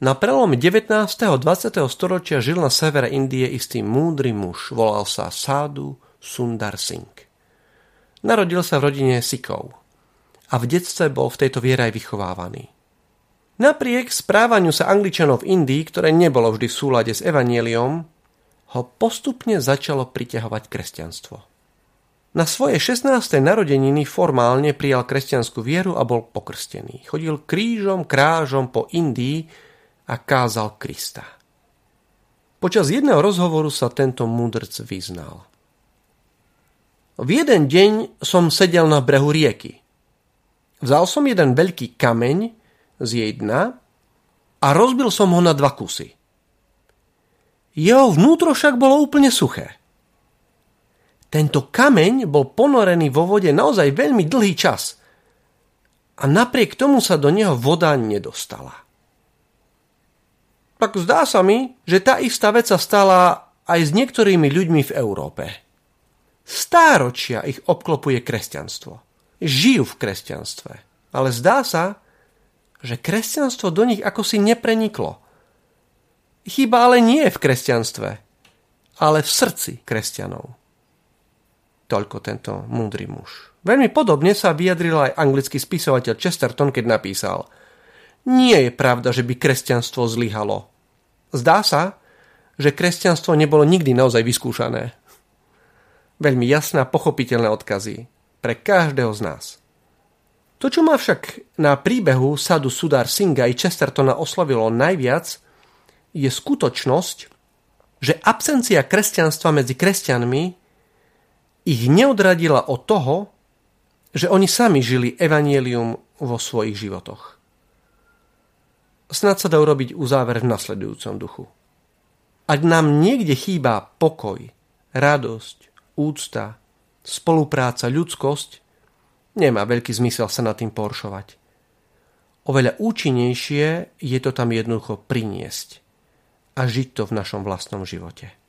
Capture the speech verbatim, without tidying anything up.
Na prelome devätnásteho a dvadsiateho storočia žil na severe Indie istý múdry muž. Volal sa Sadhu Sundar Singh. Narodil sa v rodine Sikhov a v detstve bol v tejto viere aj vychovávaný. Napriek správaniu sa Angličanov v Indii, ktoré nebolo vždy v súlade s evanjeliom, ho postupne začalo priťahovať kresťanstvo. Na svoje šestnáste narodeniny formálne prijal kresťanskú vieru a bol pokrstený. Chodil krížom krážom po Indii a kázal Krista. Počas jedného rozhovoru sa tento múdrc vyznal. V jeden deň som sedel na brehu rieky. Vzal som jeden veľký kameň z jej dna a rozbil som ho na dva kusy. Jeho vnútro však bolo úplne suché. Tento kameň bol ponorený vo vode naozaj veľmi dlhý čas a napriek tomu sa do neho voda nedostala. Tak zdá sa mi, že tá istá vec sa stala aj s niektorými ľuďmi v Európe. Stáročia ich obklopuje kresťanstvo. Žijú v kresťanstve, ale zdá sa, že kresťanstvo do nich akosi nepreniklo. Chyba ale nie je v kresťanstve, ale v srdci kresťanov. Toľko tento múdry muž. Veľmi podobne sa vyjadril aj anglický spisovateľ Chesterton, keď napísal: Nie je pravda, že by kresťanstvo zlyhalo. Zdá sa, že kresťanstvo nebolo nikdy naozaj vyskúšané. Veľmi jasné a pochopiteľné odkazy pre každého z nás. To, čo ma však na príbehu Sadhu Sundar Singha i Chestertona oslovilo najviac, je skutočnosť, že absencia kresťanstva medzi kresťanmi ich neodradila od toho, že oni sami žili evanjelium vo svojich životoch. Snad sa dá urobiť uzáver v nasledujúcom duchu. Ak nám niekde chýba pokoj, radosť, úcta, spolupráca, ľudskosť, nemá veľký zmysel sa nad tým poršovať. Oveľa účinnejšie je to tam jednoducho priniesť a žiť to v našom vlastnom živote.